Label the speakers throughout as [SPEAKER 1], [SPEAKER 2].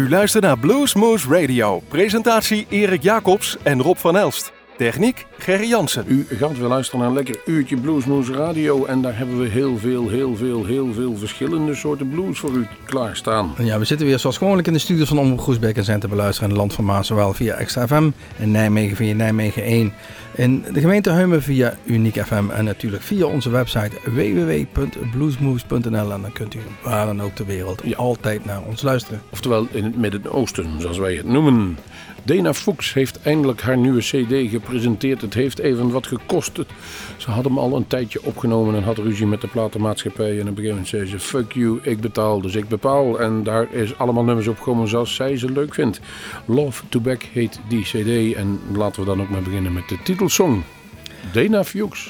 [SPEAKER 1] U luistert naar Bluesmoose Radio. Presentatie Erik Jacobs en Rob van Elst. Techniek Gerry Jansen.
[SPEAKER 2] U gaat weer luisteren naar een lekker uurtje Bluesmoose Radio. En daar hebben we heel veel verschillende soorten blues voor u klaarstaan.
[SPEAKER 3] Ja, we zitten weer zoals gewoonlijk in de studios van Omroep Groesbeek en zijn te beluisteren in het land van Maas. Zowel via Extra FM in Nijmegen via Nijmegen 1. In de gemeente Heumen via Uniek FM. En natuurlijk via onze website www.bluesmoose.nl. En dan kunt u waar dan ook ter wereld altijd naar ons luisteren.
[SPEAKER 2] Oftewel in het Midden-Oosten, zoals wij het noemen. Dana Fuchs heeft eindelijk haar nieuwe cd gepresenteerd. Het heeft even wat gekost. Ze had hem al een tijdje opgenomen en had ruzie met de platenmaatschappij. En op een gegeven moment zei ze, fuck you, ik betaal, dus ik bepaal. En daar is allemaal nummers op gekomen zoals zij ze leuk vindt. Love to Back heet die cd. En laten we dan ook maar beginnen met de titelsong. Dana Fuchs.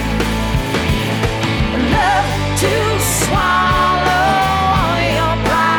[SPEAKER 4] Swallow your pride.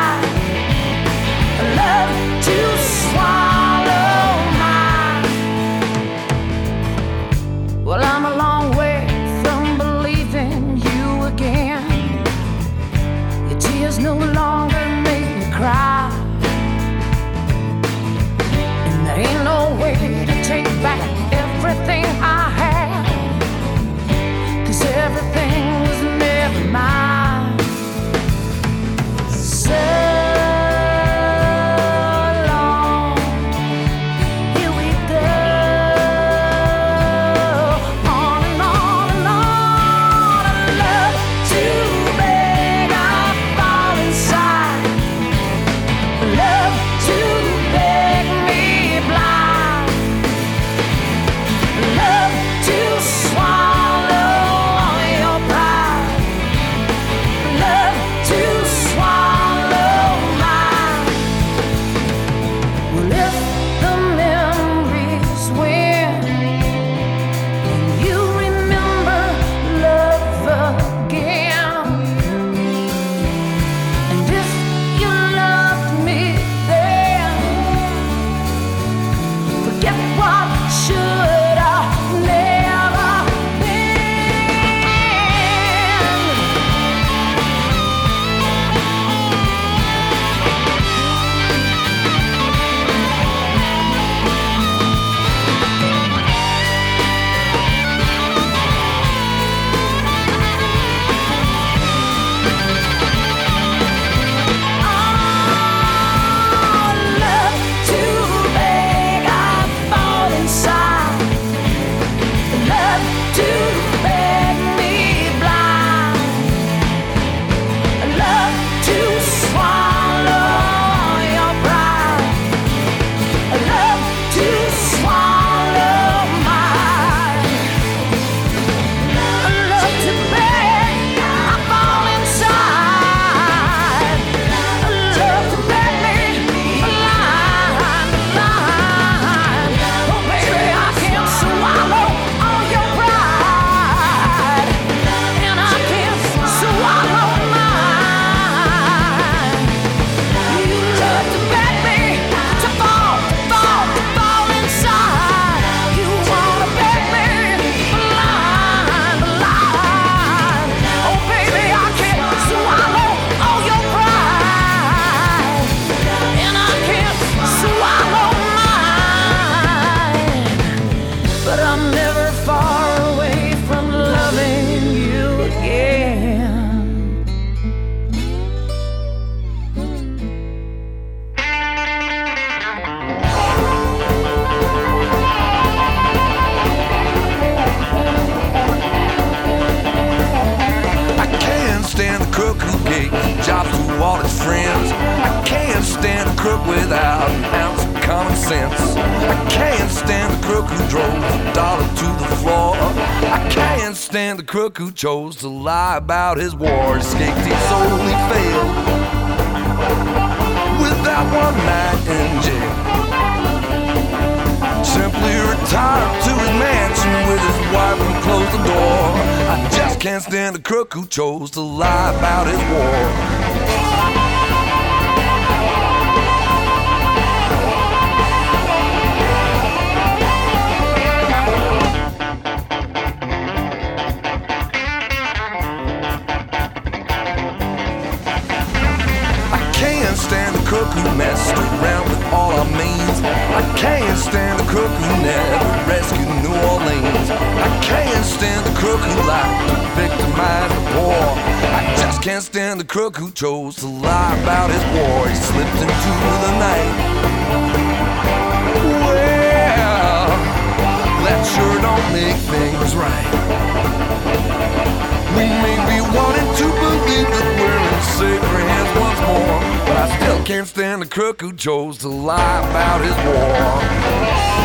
[SPEAKER 4] without an ounce of common sense. I can't stand the crook who drove the dollar to the floor. I can't stand the crook who chose to lie about his war. Escaped, he solely failed without one night in jail. Simply retired to his mansion with his wife and closed the door. I just can't stand the crook who chose to lie about his war. Crook who messed around with all our means. I can't stand the crook who never rescued New Orleans. I can't stand the crook who liked to victimize the poor. I just can't stand the crook who chose to lie about his war. He slipped into the night. Well, that sure don't make things right. We may be wanting to believe that we're in safer hands once more, but I still can't stand the crook who chose to lie about his war.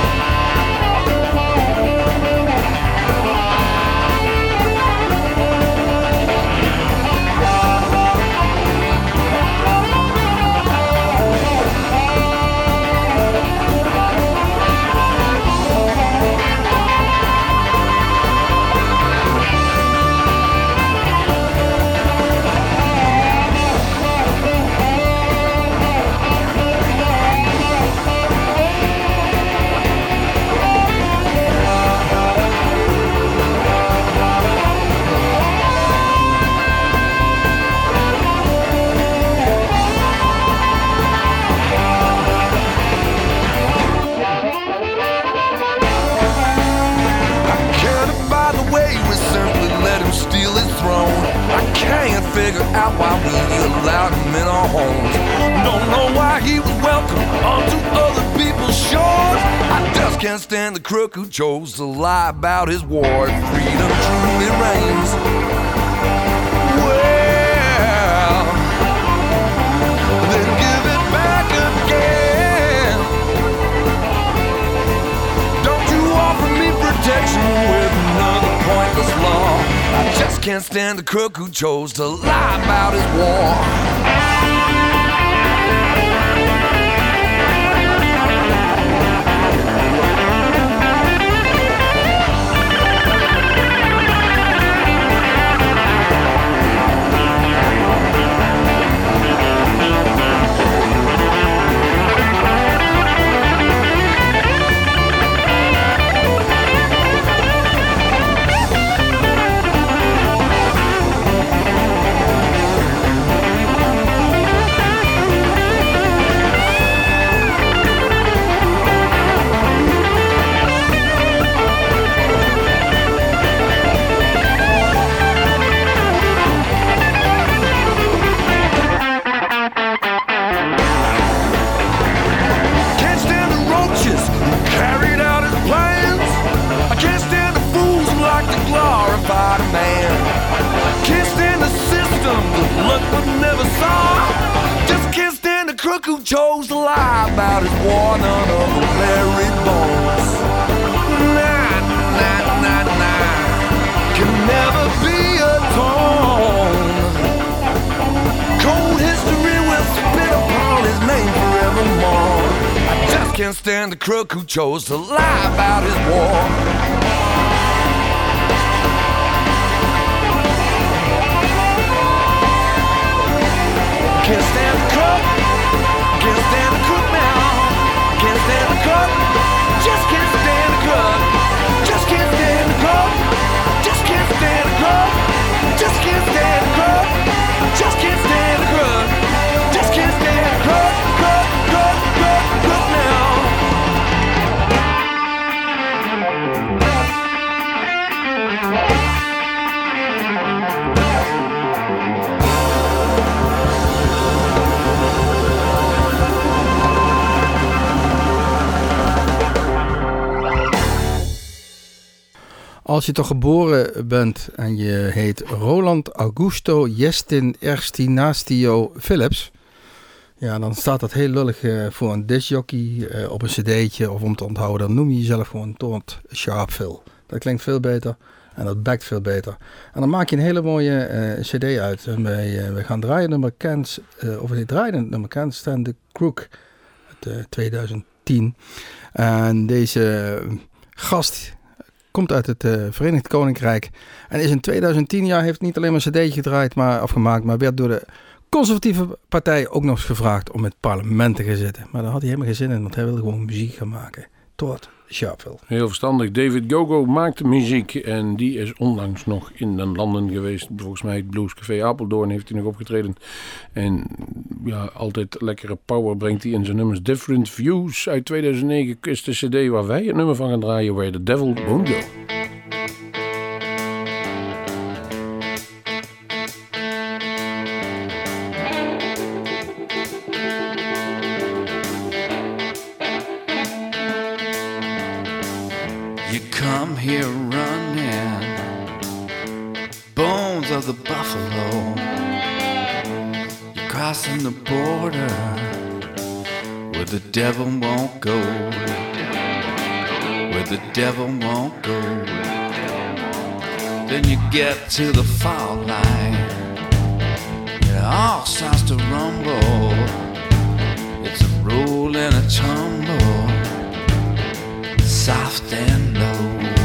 [SPEAKER 4] Figure out why we allowed him in our homes. Don't know why he was welcome onto other people's shores. I just can't stand the crook who chose to lie about his war. Freedom truly reigns. Well, then give it back again. Don't you offer me protection with another pointless law. I just can't stand the crook who chose to lie about his war. Who chose to lie about his war, none of the buried bones. Nah, nah, nah, nah, can never be atoned. Cold history will spit upon his name forevermore. I just can't stand the crook who chose to lie about his war. Can't stand the crook. Can't stand the crook now. Can't stand the crook. Just can't stand the crook. Just can't stand the crook. Just can't stand the crook. Just can't stand the crook. Just can't stand the crook. Just can't stand the crook. Crook, crook, crook, crook now.
[SPEAKER 3] Als je toch geboren bent en je heet Roland Augusto Jestin Erstinastio Philips, Ja, dan staat dat heel lullig voor een discjockey op een cd'tje of om te onthouden. Dan noem je jezelf gewoon Todd Sharpville. Dat klinkt veel beter en dat backt veel beter. En dan maak je een hele mooie cd uit. En we gaan draaien nummer Can't, nummer Can't Stand the Crook uit 2010. En deze gast komt uit het Verenigd Koninkrijk. En is in 2010 jaar heeft niet alleen maar een cd'tje gedraaid, maar afgemaakt, maar werd door de conservatieve partij ook nog eens gevraagd om in het parlement te gaan zitten. Maar daar had hij helemaal geen zin in, want hij wilde gewoon muziek gaan maken. Todd Sharpville.
[SPEAKER 2] Heel verstandig. David Gogo maakt muziek en die is onlangs nog in de landen geweest. Volgens mij het Blues Café Apeldoorn heeft hij nog opgetreden. En ja, altijd lekkere power brengt hij in zijn nummers. Different Views uit 2009 is de cd waar wij het nummer van gaan draaien. Where the Devil Won't Go.
[SPEAKER 5] Come here running, bones of the buffalo. You're crossing the border where the devil won't go, where the devil won't go. Then you get to the fault line, it all starts to rumble. It's a roll and a tumble, soft and low,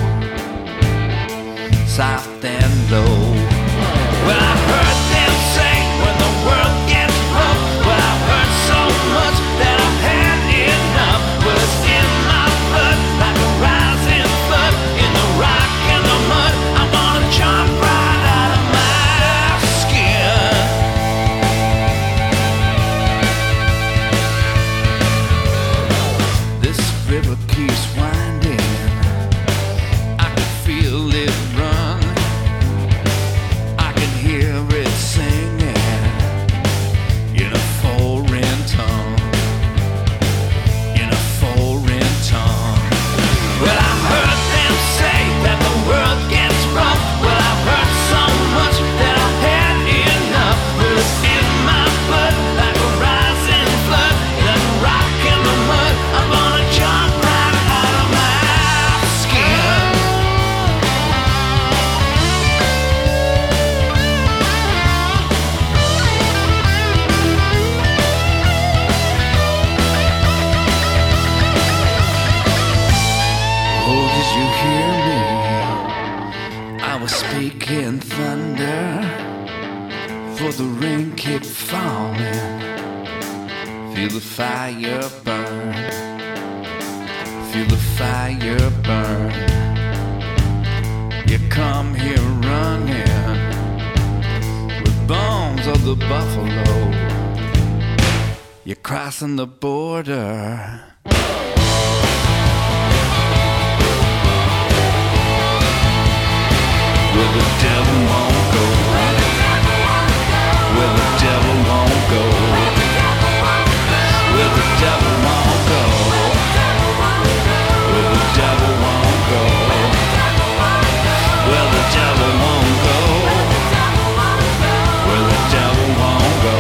[SPEAKER 5] soft and low. Well, I heard them say when the world gets rough, well, I've heard so much that I've had enough. Well, it's in my blood like a rising flood, in the rock and the mud. I'm gonna jump right out of my skin. This river keeps winding, I can feel it run, I can hear it singing in a foreign tongue, in a foreign tongue. Well, I heard them say that the world gets rough. Well, I've heard so much that I've had enough. Well, it's in my blood like a rising flood, in the rock and the mud. I'm gonna jump right out of my skin. Oh, did you hear me? I was speaking thunder, for the rain kept falling. Feel the fire burn, feel the fire burn. You come here running with bones of the buffalo. You're crossing the border. Where the devil won't go, where the devil won't go, where the devil won't go, where the devil won't go, where the devil won't go, where the devil won't go.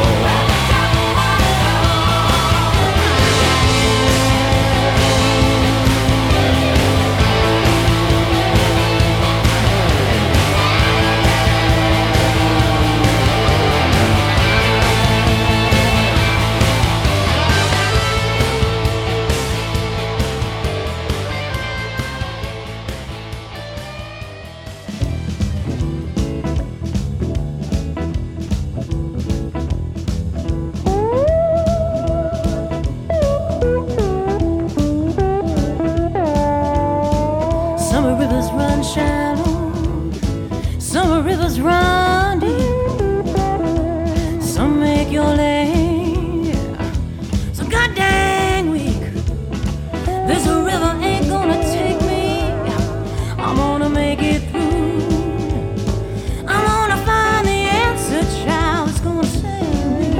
[SPEAKER 6] Summer rivers run shallow, summer rivers run deep. Some make your leg so goddamn weak. This river ain't gonna take me, I'm gonna make it through. I'm gonna find the answer, child, it's gonna save me.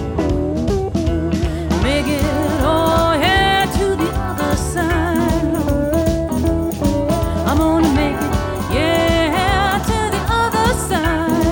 [SPEAKER 6] Make it all here to the other side, Lord. I'm gonna make it, yeah, to the other side.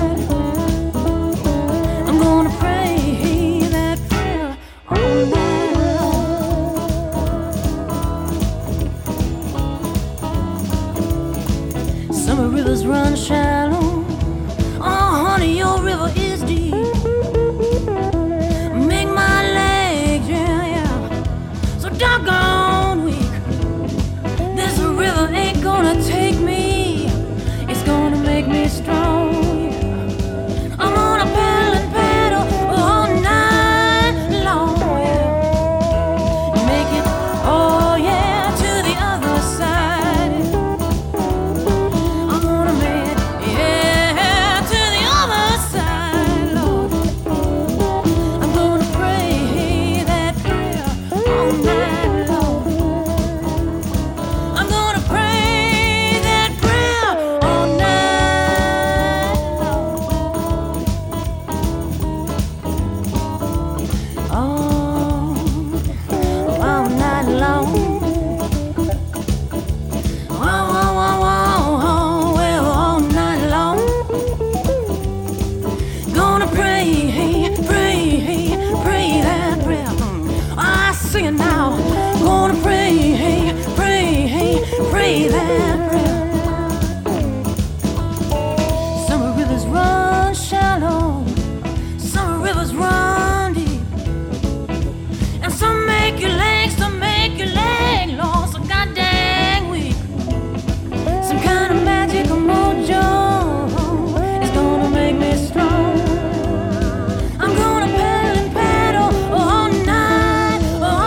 [SPEAKER 6] make me strong. I'm gonna paddle and paddle all night long. Yeah. Make it, oh yeah, to the other side. I'm gonna make it, yeah, to the other side, Lord. I'm gonna pray that prayer all night long. I'm gonna pray that prayer all night long. Oh, all night long. Oh, well, all night long. Gonna pray that prayer. I sing it now. Gonna pray that prayer. Some rivers run shallow, some rivers run deep, and some make your legs long, so goddamn weak. Some kind of magic mojo is gonna make me strong. I'm gonna paddle and paddle all night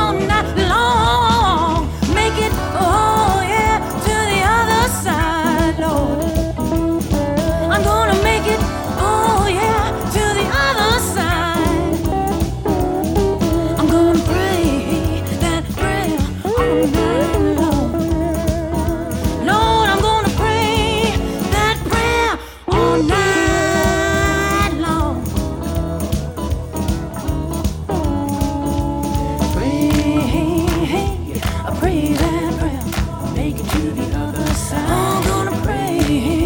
[SPEAKER 6] long. Make it, oh yeah, to the other side, Lord. I'm gonna make it, oh yeah, to the other side. I'm gonna pray that prayer all night long. Lord, I'm gonna pray that prayer all night long. Pray that prayer, make it to the other side. I'm gonna pray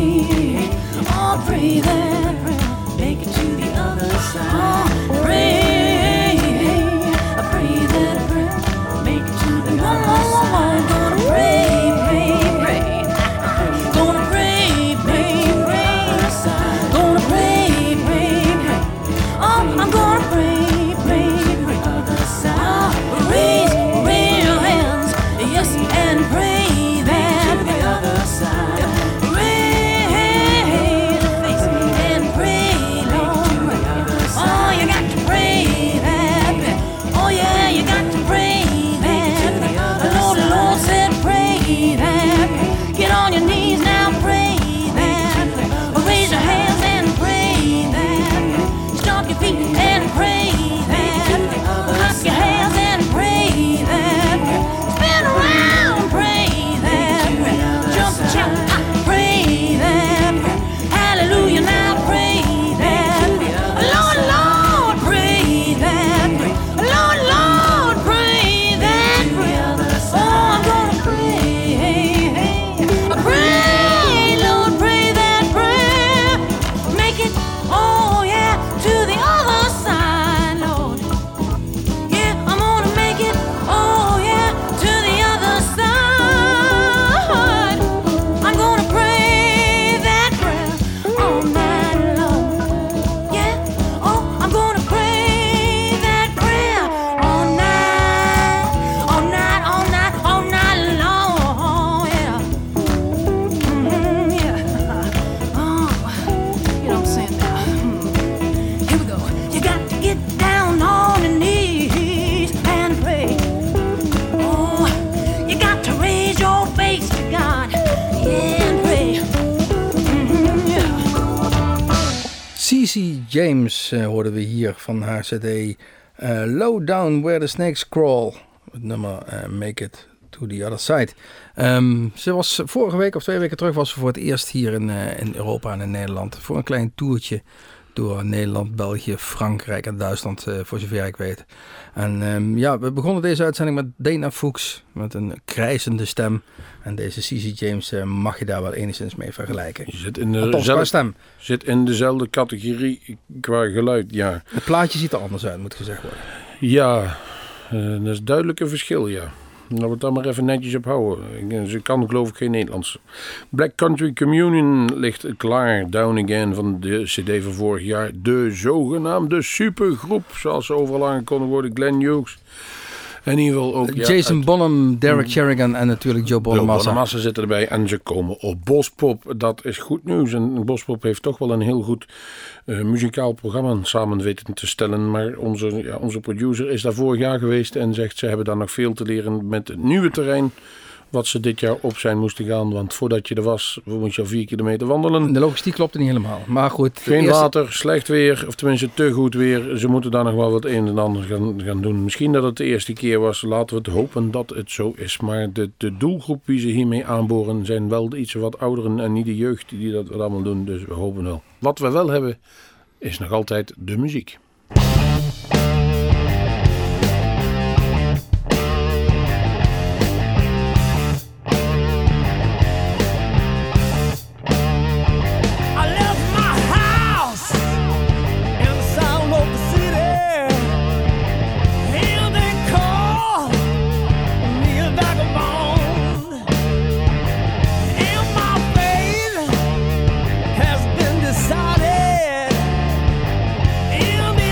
[SPEAKER 6] that prayer, make it to the other side. Pray that prayer, make it to the other side. I'm gonna pray. Gonna pray. Gonna pray. Oh, I'm gonna pray. Raise your hands, yes, and pray that to the other side. Raise your face and pray, Lord. Oh, you got to pray that. Oh yeah, you got to pray that. The Lord said pray that. Get on your knees now, pray that. Raise your hands and pray that. Stomp your feet and pray that. Clap your hands and pray that. Spin around, pray that. Jump and shout, pray that. Hallelujah, now pray that. Lord, pray that. Lord, pray that. Oh, I'm gonna pray, Lord, pray that prayer. Make it, oh yeah, to the other side, Lord. Yeah, I'm gonna make it, oh yeah, to the other side. I'm gonna pray that prayer all night long. Yeah, oh, I'm gonna pray that prayer all night long. Yeah, yeah. Oh, you know what I'm saying now. Here we go. You got to get down on your knees and pray. Oh, you got to raise your face to God, yeah, and pray. Yeah.
[SPEAKER 3] CeCe James hoorden we hier van haar cd Low Down Where the Snakes Crawl. Het nummer Make It to the Other Side. Ze was vorige week of 2 weken terug was ze voor het eerst hier in Europa en in Nederland. Voor een klein toertje door Nederland, België, Frankrijk en Duitsland, voor zover ik weet. En ja, we begonnen deze uitzending met Dana Fuchs, met een krijzende stem. En deze CeCe James mag je daar wel enigszins mee vergelijken.
[SPEAKER 2] Je zit in dezelfde categorie qua geluid, ja.
[SPEAKER 3] Het plaatje ziet er anders uit, moet gezegd worden.
[SPEAKER 2] Ja, dat is duidelijk een verschil, ja. Laten we het daar maar even netjes op houden. Ze kan geloof ik geen Nederlands. Black Country Communion ligt klaar. Down Again van de cd van vorig jaar. De zogenaamde supergroep, zoals ze overal aangekondigd worden. Glenn Hughes. In ieder geval ook...
[SPEAKER 3] Jason Bonham, Derek Sherrigan en natuurlijk Joe Bonamassa.
[SPEAKER 2] Bonamassa zitten erbij en ze komen op Bospop. Dat is goed nieuws. En Bospop heeft toch wel een heel goed muzikaal programma samen weten te stellen. Maar onze producer is daar vorig jaar geweest en zegt ze hebben daar nog veel te leren met het nieuwe terrein. Wat ze dit jaar op zijn moesten gaan. Want voordat je er was, moest je al 4 kilometer wandelen.
[SPEAKER 3] De logistiek klopte niet helemaal. Maar goed.
[SPEAKER 2] Geen water, slecht weer. Of tenminste te goed weer. Ze moeten daar nog wel wat een en ander gaan doen. Misschien dat het de eerste keer was. Laten we het hopen dat het zo is. Maar de doelgroep die ze hiermee aanboren zijn wel de iets wat ouderen. En niet de jeugd die dat allemaal doen. Dus we hopen wel. Wat we wel hebben is nog altijd de muziek.
[SPEAKER 4] Has been decided in the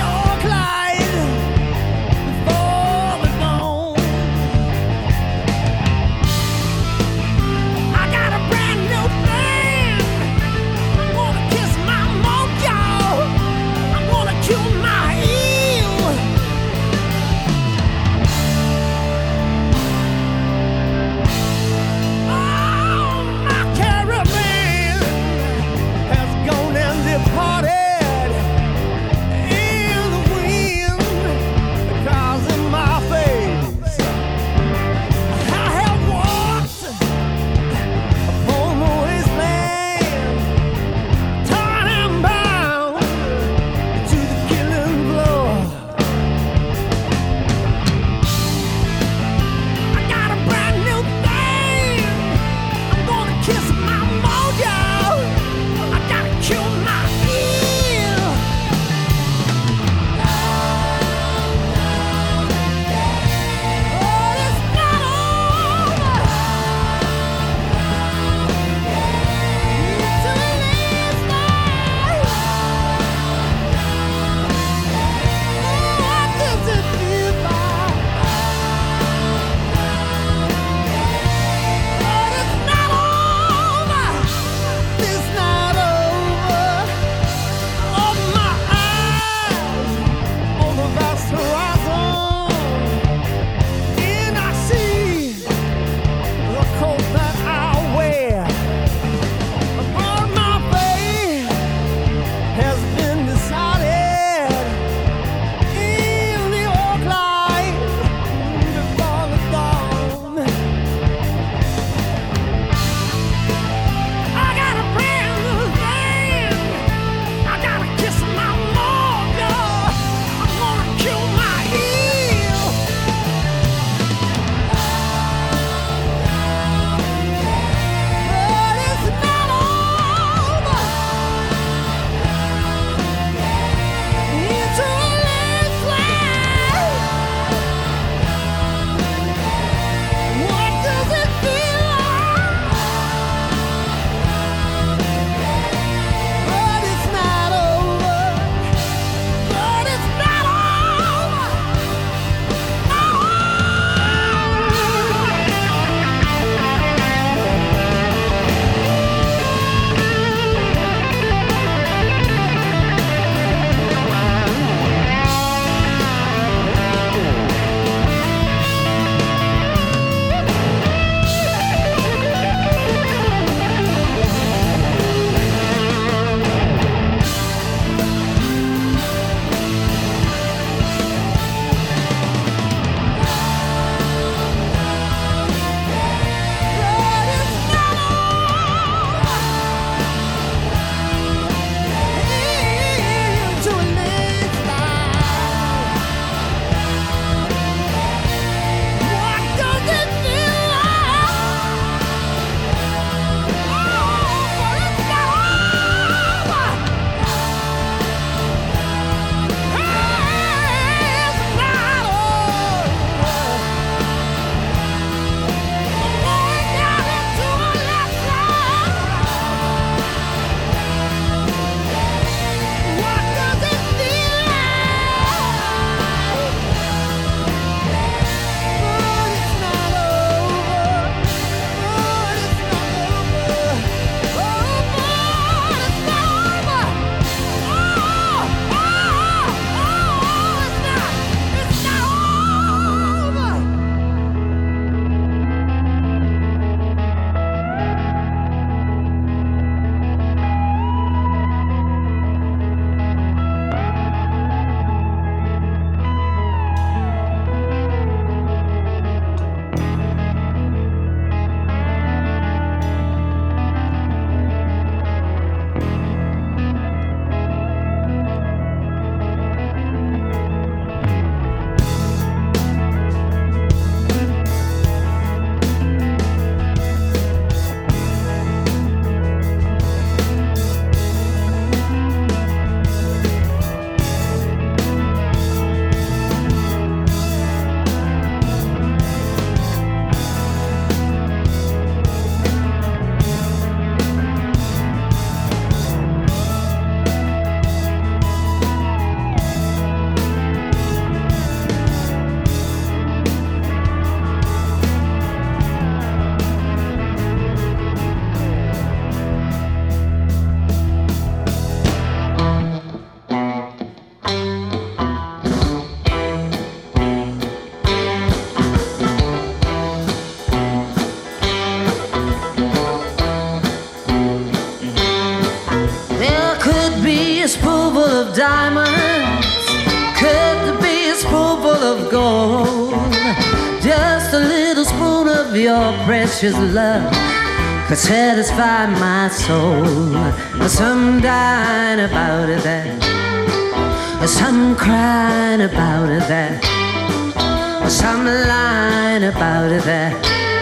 [SPEAKER 6] of diamonds? Could there be a spoonful of gold? Just a little spoon of your precious love could satisfy my soul. Some dying about it there, some crying about it there, some lying about it there.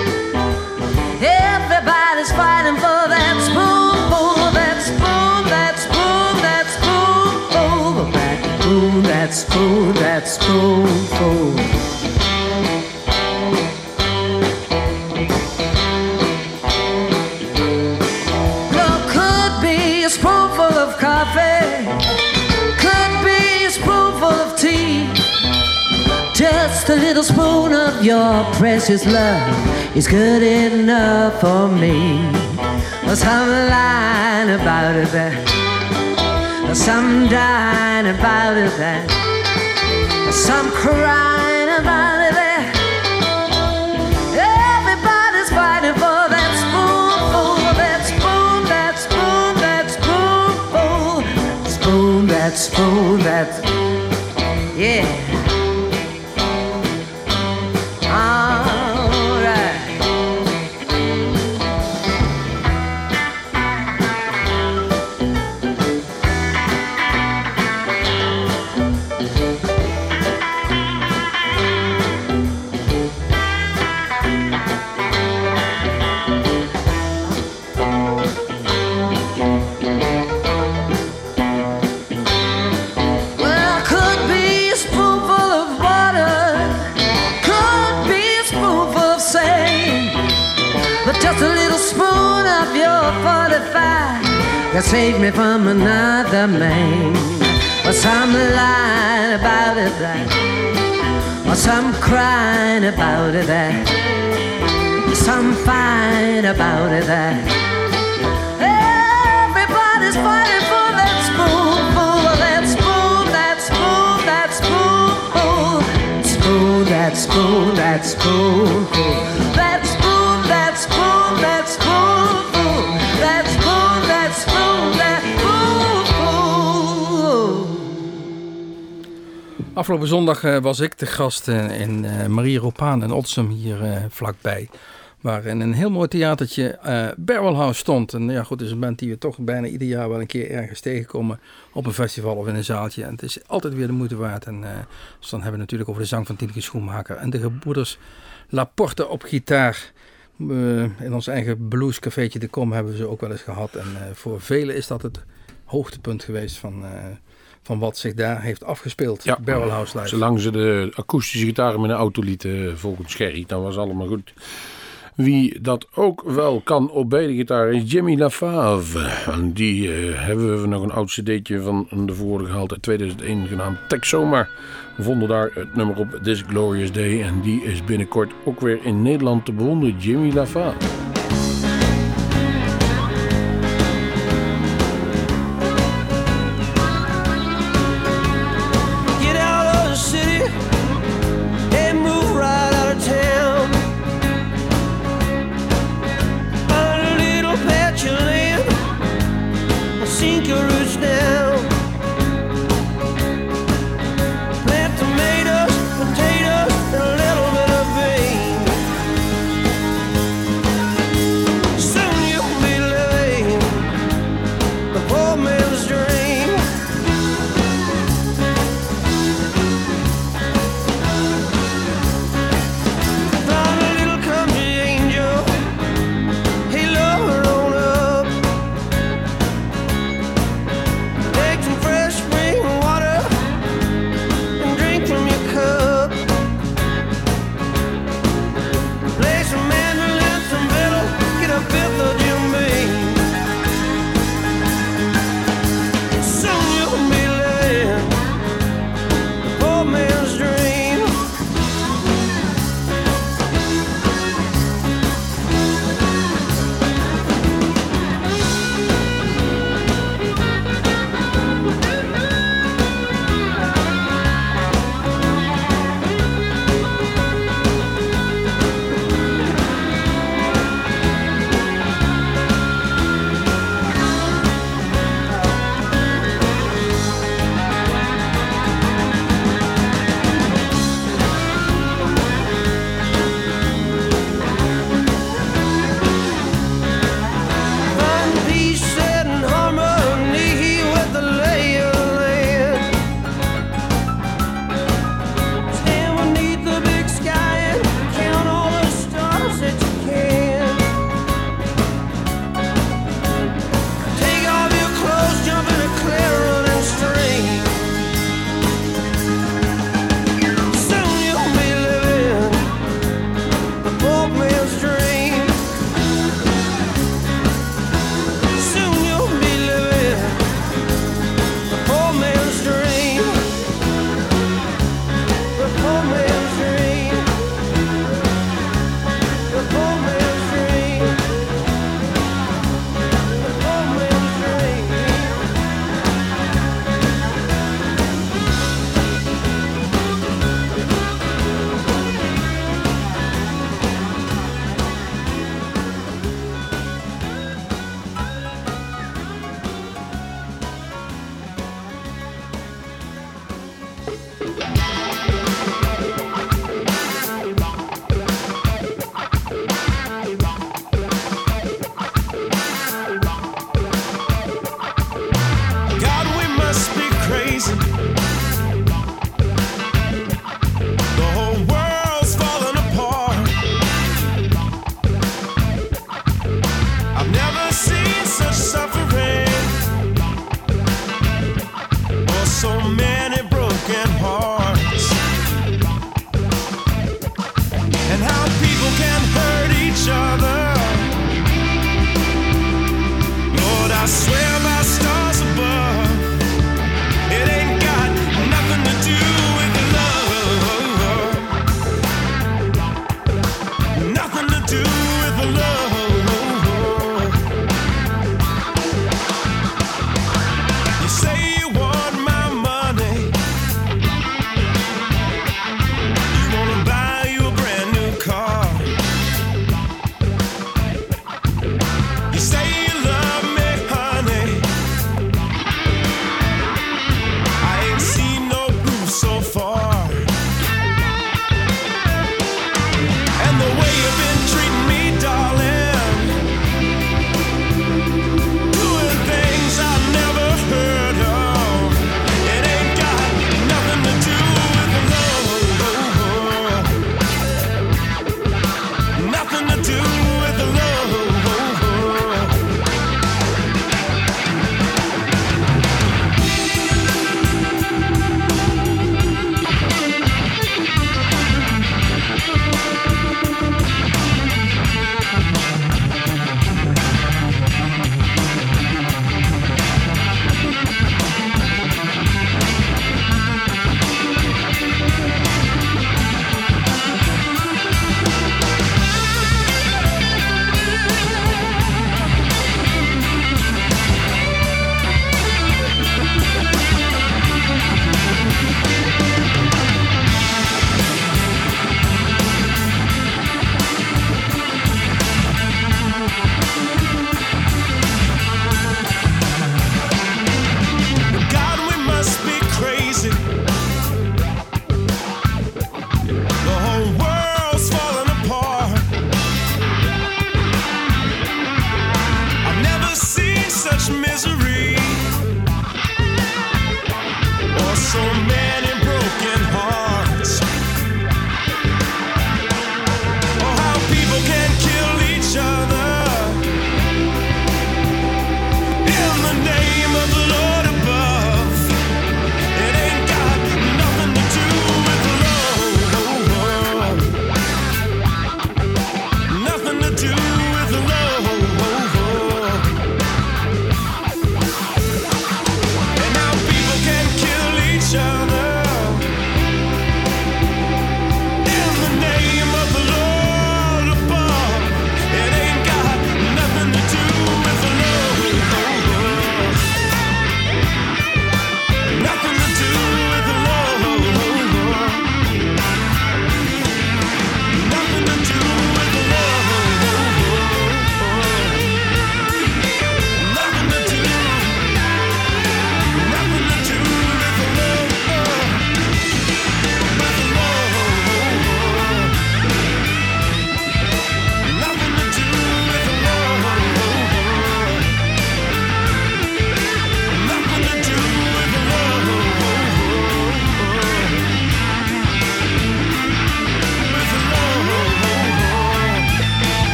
[SPEAKER 6] Everybody's fighting for that spoonful, that spoon, that spoon, that spoonful, that spoon, that spoon, that spoonful. Love could be a spoonful of coffee, could be a spoonful of tea. Just a little spoon of your precious love is good enough for me. Some lying about it there, some dying about it there, some crying about it there. Everybody's fighting for that spoonful, that spoon, that spoon, that spoonful, spoon, that spoon, that, yeah. Just a little spoon of your 45 that saved me from another man. Or some lying about it there, or some crying about it there, some fighting about it there. Everybody's fighting for that spoonful, that spoon, that spoon, that spoonful, spoon, that spoon, that spoonful, that spoon, that spoon, that spoonful, that spoon, that spoon, that spoonful.
[SPEAKER 3] Afgelopen zondag was ik te gast in Marie Ropaan in Odsum hier vlakbij. Waar in een heel mooi theatertje Barrel House stond. En ja goed, het is een band die we toch bijna ieder jaar wel een keer ergens tegenkomen. Op een festival of in een zaaltje. En het is altijd weer de moeite waard. En dus dan hebben we natuurlijk over de zang van Tineke Schoenmaker. En de gebroeders Laporte op gitaar. In ons eigen bluescafeetje De Kom hebben we ze ook wel eens gehad. En voor velen is dat het hoogtepunt geweest van wat zich daar heeft afgespeeld.
[SPEAKER 2] Ja,
[SPEAKER 3] Barrel House Live.
[SPEAKER 2] Zolang ze de akoestische gitaren met een auto lieten volgens Gerry, dan was allemaal goed. Wie dat ook wel kan op beide gitaren is Jimmy LaFave. En die hebben we nog een oud cd'tje van de vorige gehaald uit 2001 genaamd Texoma. We vonden daar het nummer op This Glorious Day. En die is binnenkort ook weer in Nederland te bewonderen. Jimmy LaFave.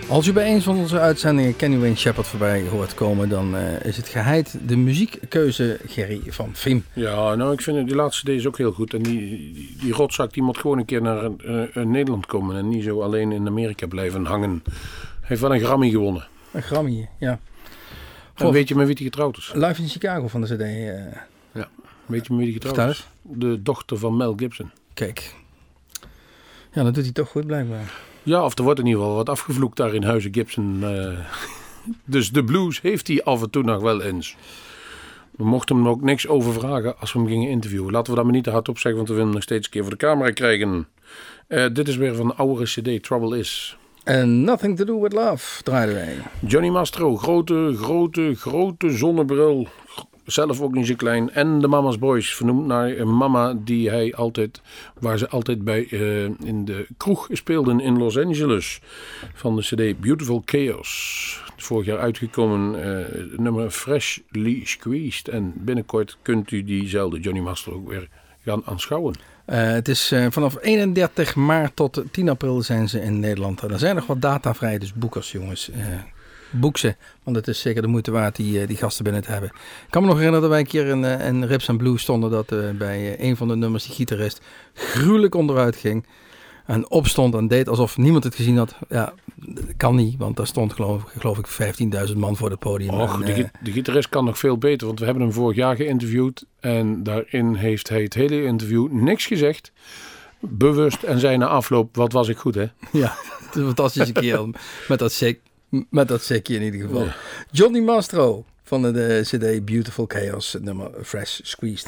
[SPEAKER 3] Als u bij een van onze uitzendingen Kenny Wayne Shepherd voorbij hoort komen, dan is het geheid de muziekkeuze Gerry van Viem.
[SPEAKER 2] Ja, nou ik vind die laatste cd ook heel goed. En die rotzak die moet gewoon een keer naar Nederland komen en niet zo alleen in Amerika blijven hangen. Hij heeft wel een Grammy gewonnen.
[SPEAKER 3] Een Grammy, ja.
[SPEAKER 2] En weet je met wie hij getrouwd is?
[SPEAKER 3] Live in Chicago van de cd.
[SPEAKER 2] Ja, weet je met wie hij getrouwd is? De dochter van Mel Gibson.
[SPEAKER 3] Kijk. Ja, dat doet hij toch goed blijkbaar.
[SPEAKER 2] Ja, of er wordt in ieder geval wat afgevloekt daar in Huizen Gibson. Dus de blues heeft hij af en toe nog wel eens. We mochten hem ook niks over vragen als we hem gingen interviewen. Laten we dat maar niet te hard op zeggen, want we willen hem nog steeds een keer voor de camera krijgen. Dit is weer van de oudere cd, Trouble Is.
[SPEAKER 3] En Nothing to Do With Love draaiden wij.
[SPEAKER 2] Johnny Mastro, grote zonnebril. Zelf ook niet zo klein. En de Mama's Boys, vernoemd naar een mama waar ze altijd bij in de kroeg speelden in Los Angeles. Van de cd Beautiful Chaos. Vorig jaar uitgekomen nummer Freshly Squeezed. En binnenkort kunt u diezelfde Johnny Mastro ook weer gaan aanschouwen.
[SPEAKER 3] Het is vanaf 31 maart tot 10 april zijn ze in Nederland. Er zijn nog wat data vrij, dus boekers jongens. Boek ze, want het is zeker de moeite waard die gasten binnen te hebben. Ik kan me nog herinneren dat wij een keer in Rips and Blues stonden, dat bij een van de nummers die gitarist gruwelijk onderuit ging en opstond en deed alsof niemand het gezien had. Ja, dat kan niet, want daar stond geloof ik 15.000 man voor het podium.
[SPEAKER 2] Och, de gitarist kan nog veel beter, want we hebben hem vorig jaar geïnterviewd en daarin heeft hij het hele interview niks gezegd. Bewust en zei na afloop, wat was ik goed hè?
[SPEAKER 3] Ja, het is een fantastische kerel met dat sikje in ieder geval. Ja. Johnny Mastro van de cd Beautiful Chaos, nummer Fresh Squeezed.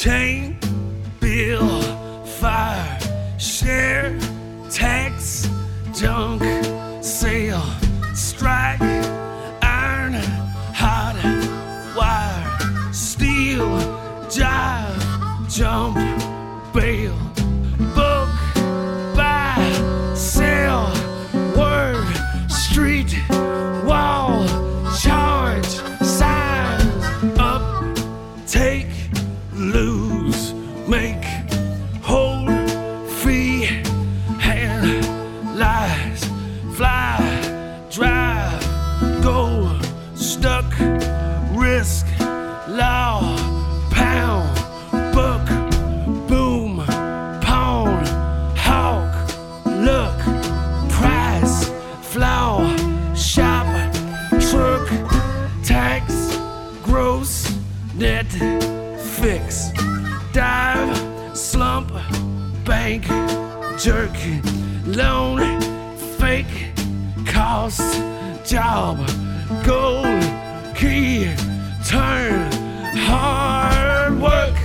[SPEAKER 7] chain, bill, fire, share, tax, junk, sale, strike, iron, hot, wire, steel, jive, jump, bail, book, buy, sell, word, street, wall, charge, signs, up, take, lose, make, hold, fee, hand, lies, fly, drive, go, stuck, risk, law, pound, book, boom, pound, hawk, look, price, flower, shop, truck, tax, gross, net, fix, dive, slump, bank, jerk, loan, fake, cost, job, gold, key, turn, hard work.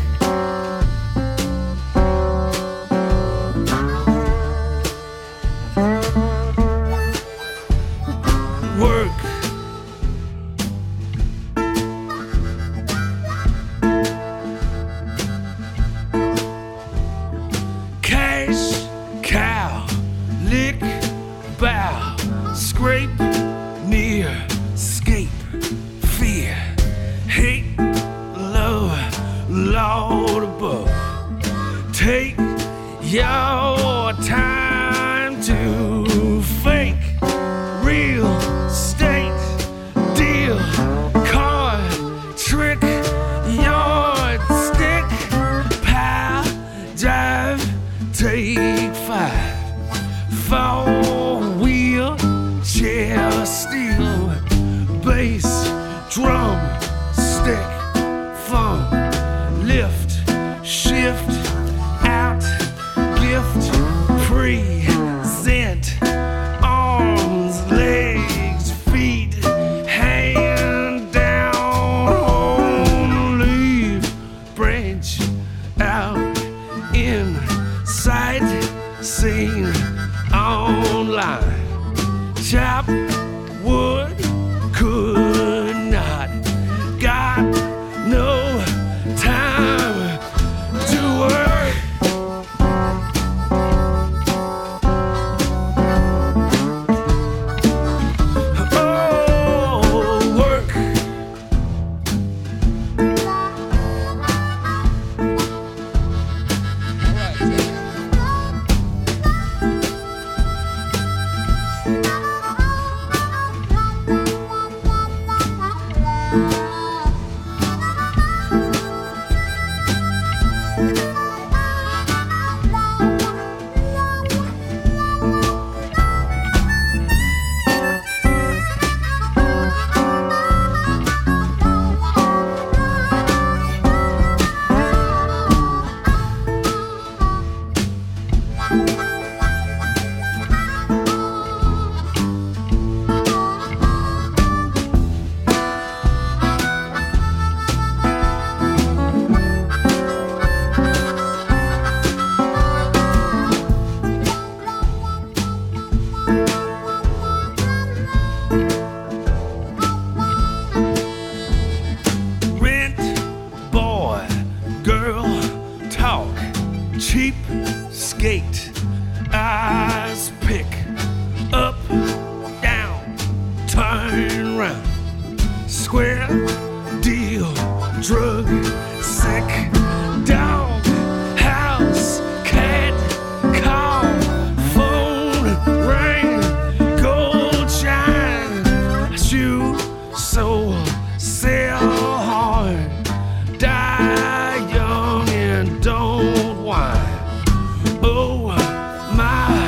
[SPEAKER 7] Work. Cash, cow, lick, bow, scrape, near, escape, fear, hate, love, Lord above. Take your time to fake, real estate, deal, card, trick, yard, stick, pal, jive, take five, four wheel, chair, steel, bass, drum, stick, fun, lift, shift, out, gift, present, arms, legs, feet, hand down, leave, branch, out, inside, sing, online, chop, wood, could not, got no time to work. Oh, work. Rent, boy, girl, talk, cheap, skate, eyes pick, up, down, turn round, square, deal, drug, sick, dog, house, cat, call, phone, ring, gold shine, shoe, soul, sell hard, die young and don't whine. Oh my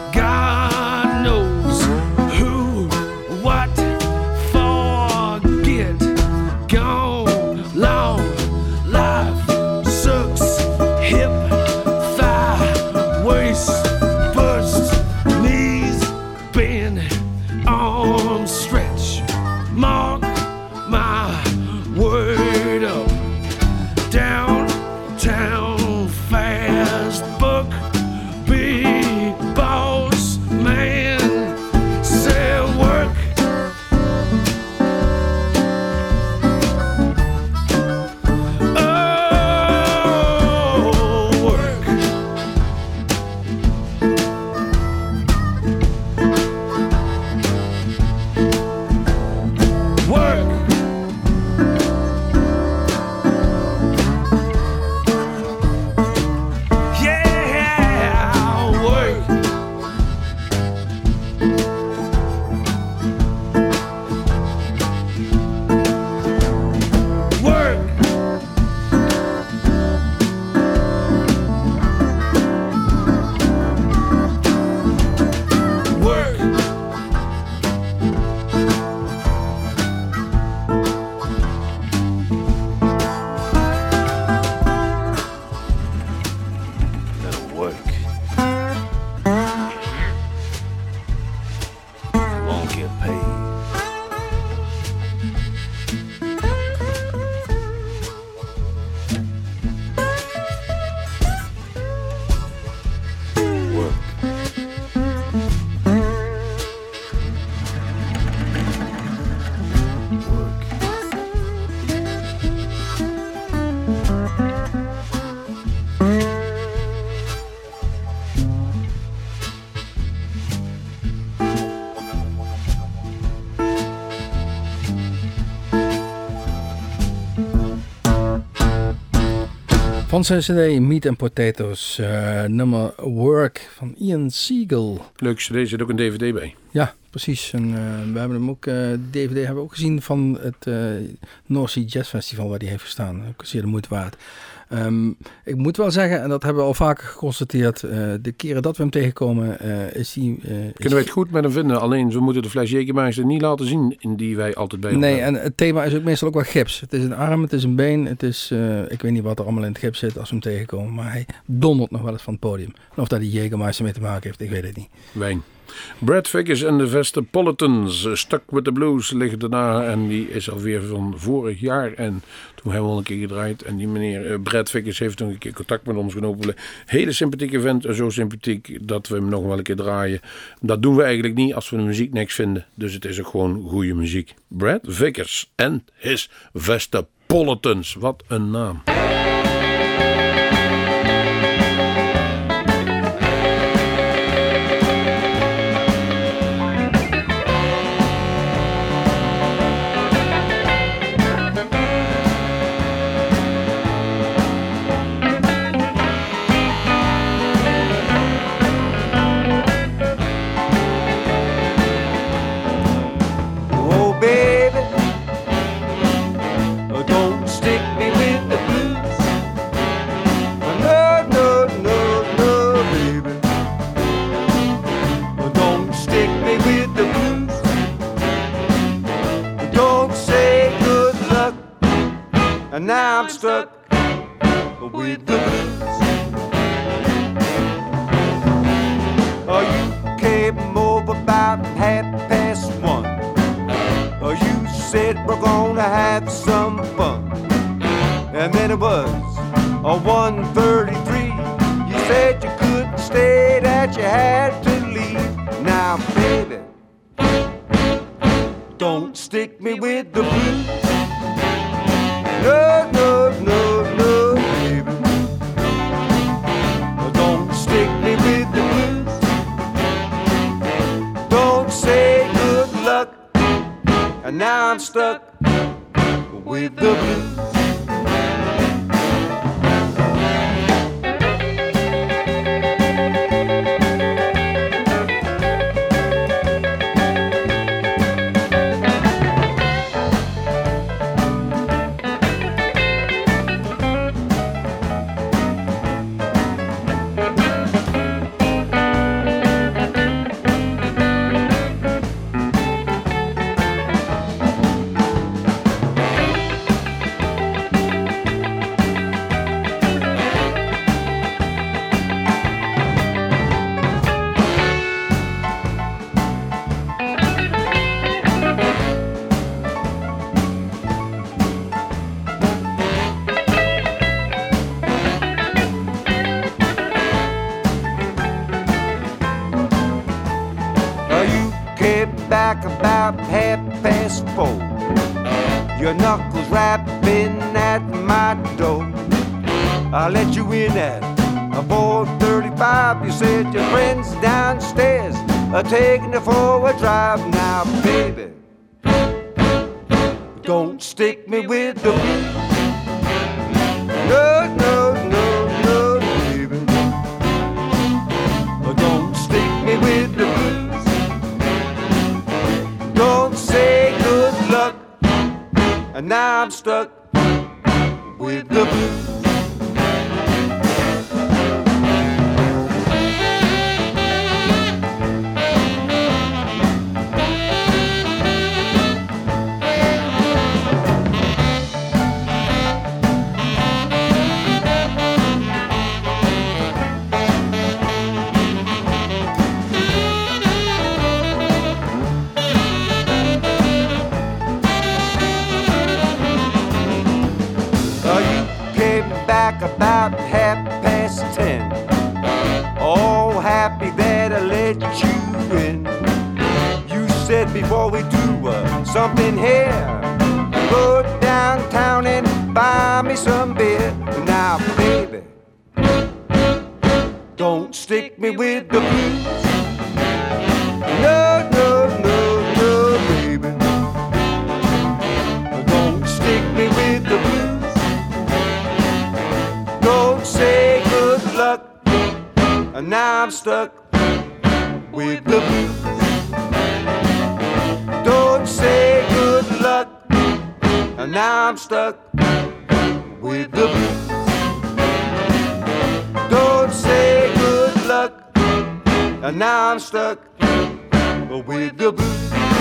[SPEAKER 7] God knows who, what, forget, gone, long, life sucks, hip, thigh, waist, bust, knees, bend, arms stretch, mark my word up, down,
[SPEAKER 3] Van zijn CD Meat and Potatoes, nummer Work van Ian Siegel.
[SPEAKER 2] Leuk cd, zit ook een DVD bij.
[SPEAKER 3] Ja, precies. En we hebben hem ook, DVD hebben we ook gezien van het North Sea Jazz Festival waar die heeft gestaan. Ook zeer de moeite waard. Ik moet wel zeggen, en dat hebben we al vaker geconstateerd, de keren dat we hem tegenkomen, is die...
[SPEAKER 2] Kunnen wij het goed met hem vinden, alleen we moeten de Fles Jägermeister niet laten zien in die wij altijd bij
[SPEAKER 3] Nee,
[SPEAKER 2] hebben.
[SPEAKER 3] en het thema is ook meestal ook wel gips. Het is een arm, het is een been, het is... ik weet niet wat er allemaal in het gips zit als we hem tegenkomen, maar hij dondert nog wel eens van het podium. En of dat die Jägermeister mee te maken heeft, ik weet het niet.
[SPEAKER 2] Wijn. Brad Vickers en de Vesperpolitans, Stuck with the Blues, liggen daarna en die is alweer van vorig jaar. En toen hebben we al een keer gedraaid en die meneer Brad Vickers heeft toen een keer contact met ons genomen. Hele sympathieke vent, zo sympathiek dat we hem nog wel een keer draaien. Dat doen we eigenlijk niet als we de muziek niks vinden, dus het is ook gewoon goede muziek. Brad Vickers en his Vesperpolitans, wat een naam.
[SPEAKER 4] And now I'm stuck with the blues. Oh, you came over about 1:30. Oh, you said we're gonna have some fun. And then it was 1:33. You said you couldn't stay, that you had to leave. Now, baby, don't stick me with the blues. No, no, no, no, baby. Don't stick me with the blues. Don't say good luck. And now I'm stuck with the blues. Back about 4:30. Your knuckles rapping at my door. I let you in at 4:35. You said your friends downstairs are taking you for a drive. Now, baby, don't stick me with the blues. No, no, no, no, baby. Don't stick me with the blues. Don't say good luck, and now I'm stuck with the blues. Back about 10:30. All happy that I let you in. You said before we do something here, go downtown and buy me some beer. Now, baby, don't stick me with the blues. No, no, no, no, baby. Don't stick me with the blues. Don't and now I'm stuck with the blues. Don't say good luck, and now I'm stuck with the blues. Don't say good luck, and now I'm stuck with the blues.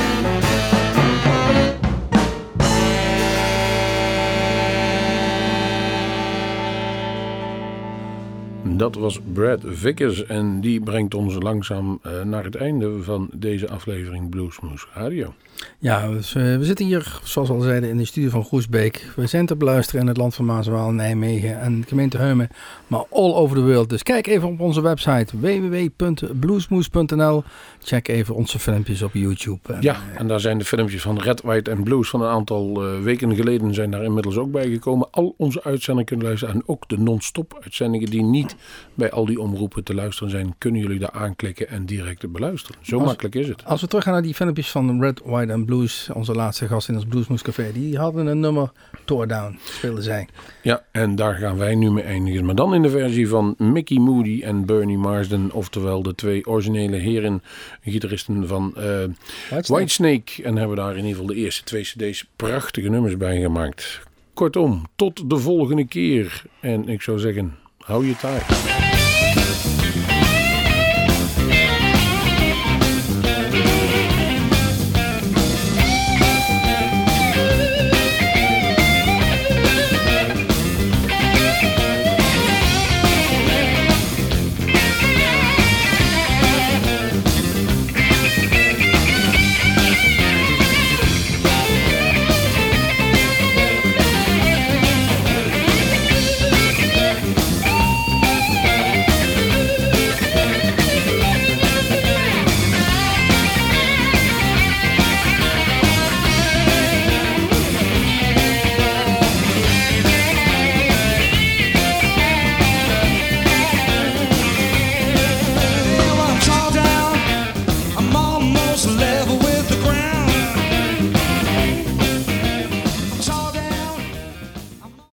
[SPEAKER 2] Dat was Brad Vickers en die brengt ons langzaam naar het einde van deze aflevering Bluesmoose Radio.
[SPEAKER 3] Ja, dus, we zitten hier, zoals we al zeiden, in de studio van Groesbeek. We zijn te beluisteren in het land van Maaswaal, Nijmegen en gemeente Heumen, maar all over the world. Dus kijk even op onze website www.bluesmoose.nl. Check even onze filmpjes op YouTube.
[SPEAKER 2] Ja, en daar zijn de filmpjes van Red, White and Blues van een aantal weken geleden zijn daar inmiddels ook bij gekomen. Al onze uitzendingen kunnen luisteren en ook de non-stop uitzendingen die niet bij al die omroepen te luisteren zijn, kunnen jullie daar aanklikken en direct beluisteren. Zo makkelijk is het.
[SPEAKER 3] Als we teruggaan naar die filmpjes van Red, White and Blues, onze laatste gast in ons Bluesmoose Café, die hadden een nummer Tore Down, speelden zij.
[SPEAKER 2] Ja, en daar gaan wij nu mee eindigen. Maar dan in de versie van Mickey Moody en Bernie Marsden, oftewel de twee originele heren, gitaristen van Whitesnake. En hebben daar in ieder geval de eerste 2 cd's prachtige nummers bij gemaakt. Kortom, tot de volgende keer. En ik zou zeggen, hou je taai.